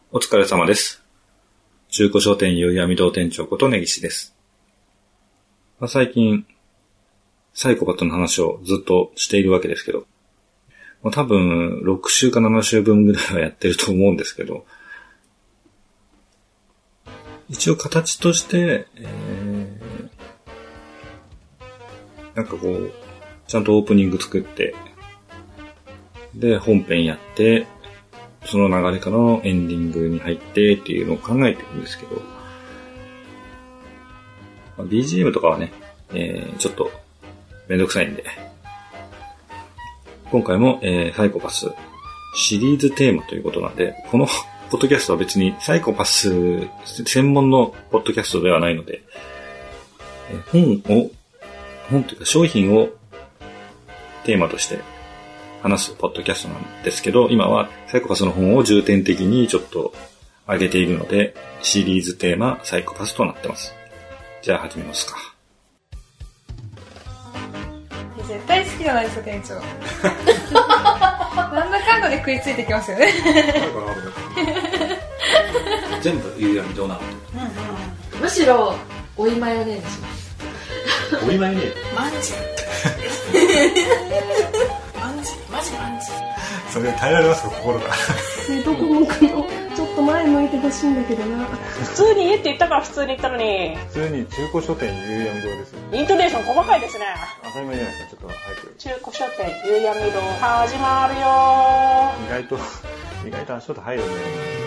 お疲れ様です。中古書店ゆうやみ堂店長こと根岸です。最近、サイコパスの話をずっとしているわけですけど、多分6週か7週分ぐらいはやってると思うんですけど、一応形として、なんかこう、ちゃんとオープニング作って、で、本編やって、その流れからのエンディングに入ってっていうのを考えてるんですけど、BGM とかはね、ちょっとめんどくさいんで、今回も、サイコパスシリーズテーマということなんで、このポッドキャストは別にサイコパス専門のポッドキャストではないので、本というか商品をテーマとして話すポッドキャストなんですけど、今はサイコパスの本を重点的にちょっと上げているので、シリーズテーマサイコパスとなってます。じゃあ始めますか。 絶対好きじゃないですよ、店長。なんだかんだで食いついてきますよね。 全部言うようにどうなるの、むしろ追いマヨネーズします。 追いマヨネーズマンジマジそれ耐えられますか、心が。 どこ向くの？ちょっと前向いてほしいんだけどな。 普通に家って言ったから普通に言ったのに。 普通に中古書店ゆうやみ堂です。 イントネーション細かいですね。 当たり前じゃないですか。ちょっと早く。 中古書店ゆうやみ堂始まるよー。 意外と足音入るね。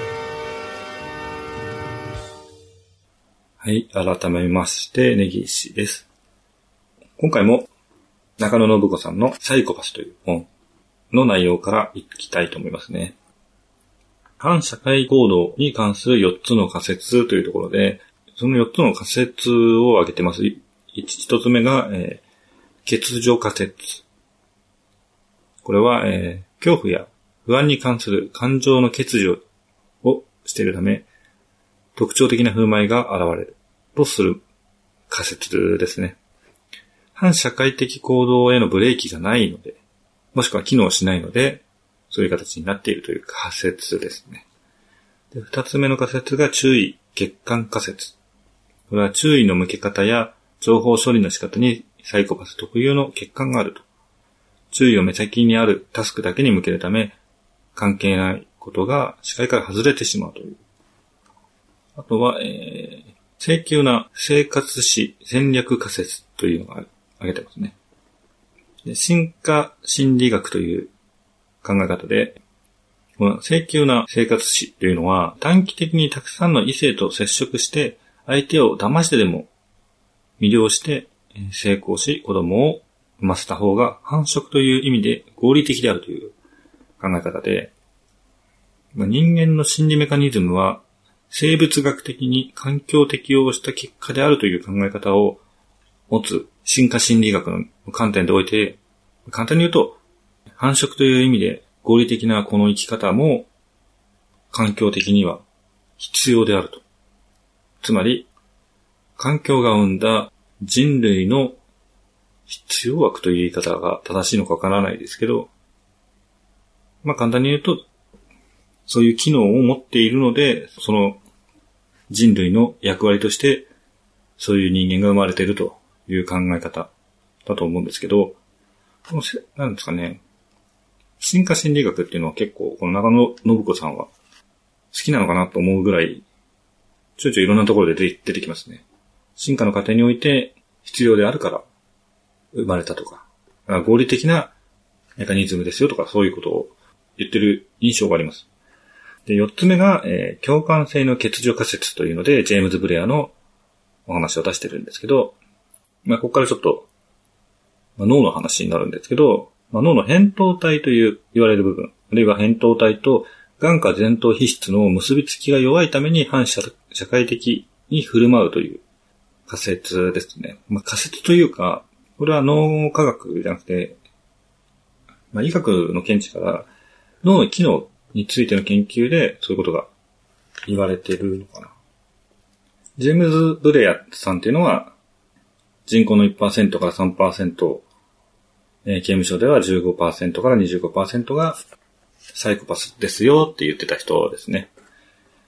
はい、改めまして根岸です。今回も中野信子さんのサイコパスという本の内容からいきたいと思いますね。反社会行動に関する4つの仮説というところで、その4つの仮説を挙げてます。1つ目が、欠如仮説。これは、恐怖や不安に関する感情の欠如をしているため、特徴的な振る舞いが現れるとする仮説ですね。反社会的行動へのブレーキがないので、もしくは機能しないので、そういう形になっているという仮説ですね。で、二つ目の仮説が注意欠陥仮説。これは注意の向け方や情報処理の仕方にサイコパス特有の欠陥があると。注意を目先にあるタスクだけに向けるため、関係ないことが視界から外れてしまうという。あとは、請求な生活史戦略仮説というのが挙げてますね。で、進化心理学という考え方で、この請求な生活史というのは短期的にたくさんの異性と接触して相手を騙してでも魅了して成功し子供を産ませた方が繁殖という意味で合理的であるという考え方で、人間の心理メカニズムは生物学的に環境適応した結果であるという考え方を持つ進化心理学の観点でおいて、簡単に言うと、繁殖という意味で合理的なこの生き方も環境的には必要であると。つまり、環境が生んだ人類の必要枠という言い方が正しいのかわからないですけど、簡単に言うと、そういう機能を持っているので、その人類の役割として、そういう人間が生まれているという考え方だと思うんですけど、なんですかね、進化心理学っていうのは結構、この中野信子さんは好きなのかなと思うぐらい、ちょいちょいいろんなところで出てきますね。進化の過程において必要であるから生まれたとか、合理的なメカニズムですよとか、そういうことを言ってる印象があります。で、4つ目が、共感性の欠如仮説というので、ジェームズ・ブレアのお話を出してるんですけど、ここからちょっと、脳の話になるんですけど、脳の扁桃体という言われる部分、あるいは扁桃体と眼下前頭皮質の結びつきが弱いために反社会的に振る舞うという仮説ですね。仮説というか、これは脳科学じゃなくて、医学の見地から脳の機能についての研究でそういうことが言われてるのかな。ジェームズ・ブレアさんっていうのは人口の 1% から 3%、刑務所では 15% から 25% がサイコパスですよって言ってた人ですね。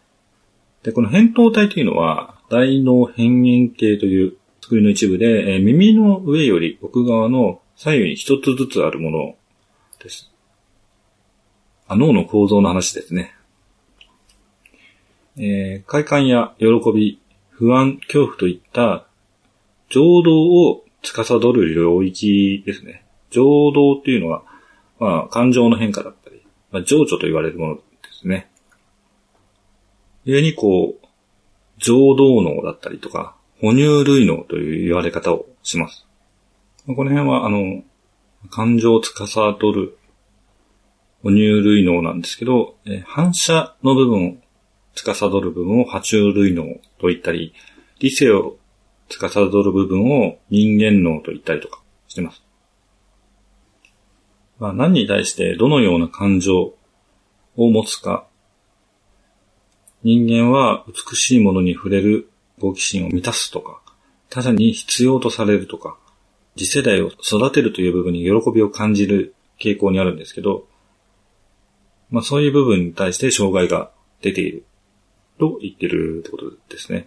で、この扁桃体というのは、大脳辺縁系という作りの一部で、耳の上より奥側の左右に一つずつあるものです。脳の構造の話ですね。快感や喜び、不安、恐怖といった情動を司る領域ですね。情動っていうのは、感情の変化だったり、情緒と言われるものですね。故に情動脳だったりとか、哺乳類脳という言われ方をします。この辺は、感情を司る哺乳類脳なんですけど、反射の部分を司る部分を爬虫類脳と言ったり、理性を司る部分を人間脳と言ったりとかしています。何に対してどのような感情を持つか、人間は美しいものに触れる好奇心を満たすとか、他者に必要とされるとか、次世代を育てるという部分に喜びを感じる傾向にあるんですけど、そういう部分に対して障害が出ていると言ってるってことですね。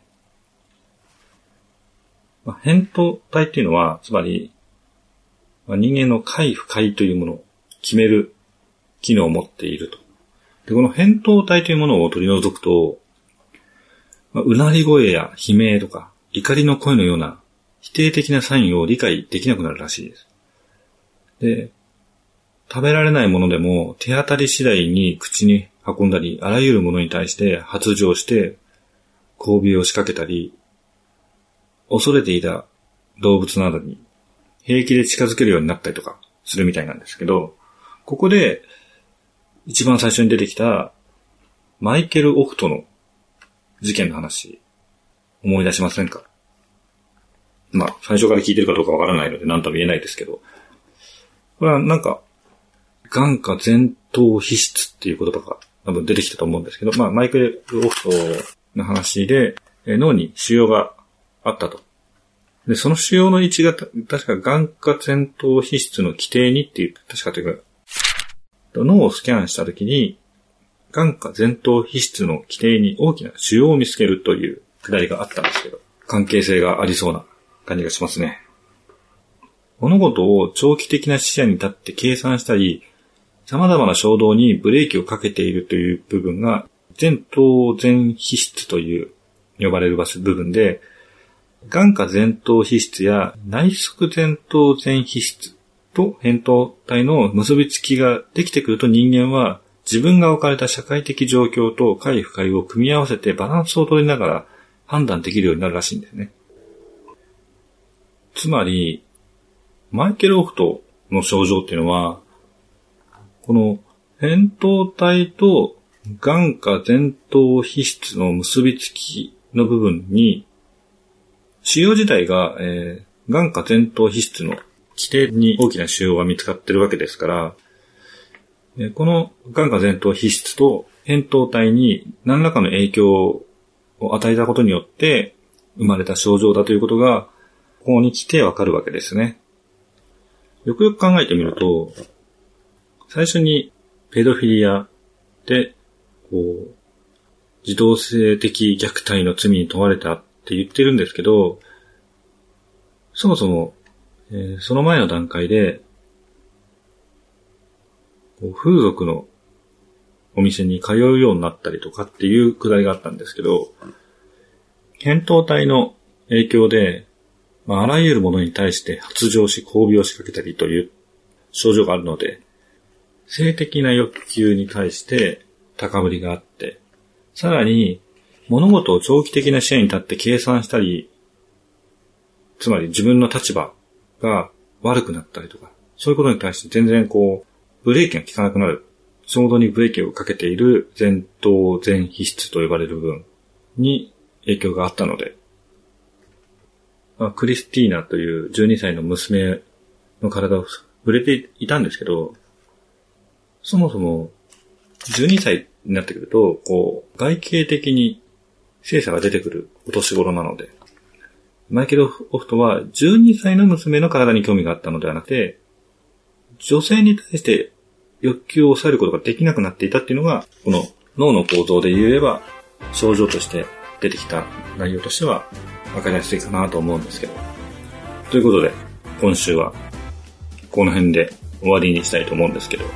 扁桃体っていうのは、つまり、人間の快不快というものを決める機能を持っていると。で、この扁桃体というものを取り除くと、うなり声や悲鳴とか怒りの声のような否定的なサインを理解できなくなるらしいです。で、食べられないものでも手当たり次第に口に運んだり、あらゆるものに対して発情して交尾を仕掛けたり、恐れていた動物などに平気で近づけるようになったりとかするみたいなんですけど、ここで一番最初に出てきたマイケル・オフトの事件の話思い出しませんか？最初から聞いてるかどうかわからないので何とも言えないですけど、これは眼下前頭皮質っていう言葉が多分出てきたと思うんですけど、マイケル・オフトの話で脳に腫瘍があったと。で、その腫瘍の位置が確か眼下前頭皮質の規定にっていう、確かというか、脳をスキャンしたときに、眼下前頭皮質の規定に大きな腫瘍を見つけるというくだりがあったんですけど、関係性がありそうな感じがしますね。物事を長期的な視野に立って計算したり、様々な衝動にブレーキをかけているという部分が、前頭前皮質という呼ばれる部分で、眼下前頭皮質や内側前頭前皮質と扁桃体の結びつきができてくると、人間は自分が置かれた社会的状況と快不快を組み合わせてバランスを取りながら判断できるようになるらしいんですね。つまり、マイケル・オフトの症状っていうのは、この扁桃体と眼下前頭皮質の結びつきの部分に、腫瘍自体が、眼下前頭皮質の規定に大きな腫瘍が見つかってるわけですから、この眼下前頭皮質と扁桃体に何らかの影響を与えたことによって生まれた症状だということが、ここに来てわかるわけですね。よくよく考えてみると、最初にペドフィリアで、児童性的虐待の罪に問われたって言ってるんですけど、そもそも、その前の段階で、風俗のお店に通うようになったりとかっていうくだりがあったんですけど、扁桃体の影響で、あらゆるものに対して発情し交尾を仕掛けたりという症状があるので、性的な欲求に対して高ぶりがあって、さらに物事を長期的な視野に立って計算したり、つまり自分の立場が悪くなったりとか、そういうことに対して全然ブレーキが効かなくなる。衝動にブレーキをかけている前頭前皮質と呼ばれる部分に影響があったので、クリスティーナという12歳の娘の体を触れていたんですけど、そもそも12歳になってくると、外形的に性差が出てくるお年頃なので、マイケル・オフトは12歳の娘の体に興味があったのではなくて、女性に対して欲求を抑えることができなくなっていたっていうのが、この脳の構造で言えば症状として出てきた内容としては分かりやすいかなと思うんですけど。ということで、今週はこの辺で終わりにしたいと思うんですけど、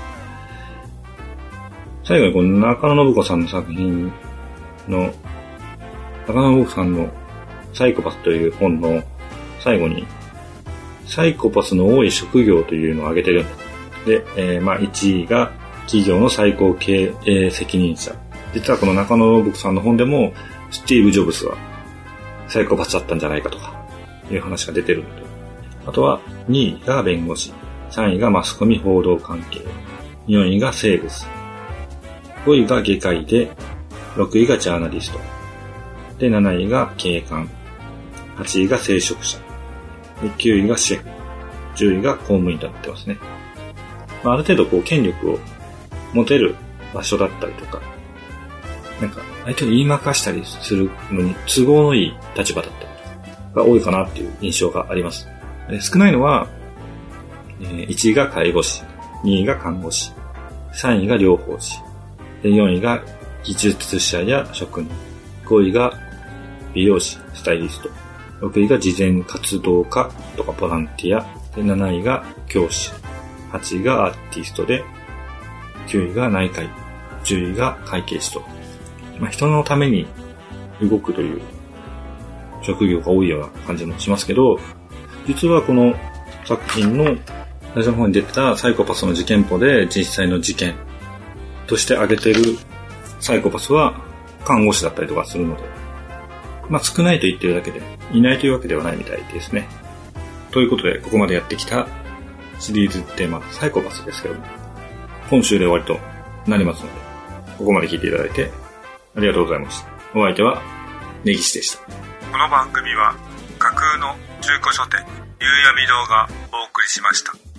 最後にこの中野信子さんの作品の、中野信子さんのサイコパスという本の最後に、サイコパスの多い職業というのを挙げてるんです。で、1位が企業の最高経営責任者。実はこの中野信子さんの本でも、スティーブ・ジョブズはサイコパスだったんじゃないかとか、いう話が出てるので。あとは、2位が弁護士、3位がマスコミ報道関係、4位がセールス、5位が外科医で、6位がジャーナリスト、で、7位が警官、8位が聖職者、で、9位がシェフ、10位が公務員となってますね。ある程度こう権力を持てる場所だったりとか、なんか相手に言いまかしたりするのに都合のいい立場だったりが多いかなっていう印象があります。少ないのは、1位が介護士、2位が看護師、3位が療法士、で4位が技術者や職人、5位が美容師、スタイリスト、6位が慈善活動家とかボランティア、で7位が教師、8位がアーティストで、9位が内科医、10位が会計士と、人のために動くという職業が多いような感じもしますけど、実はこの作品の最初の方に出てたサイコパスの事件簿で実際の事件として挙げてるサイコパスは看護師だったりとかするので、少ないと言ってるだけでいないというわけではないみたいですね。ということで、ここまでやってきたシリーズテーマサイコパスですけども、今週で終わりとなりますので、ここまで聞いていただいてありがとうございました。お相手は根岸でした。この番組は架空の中古書店夕闇堂がお送りしました。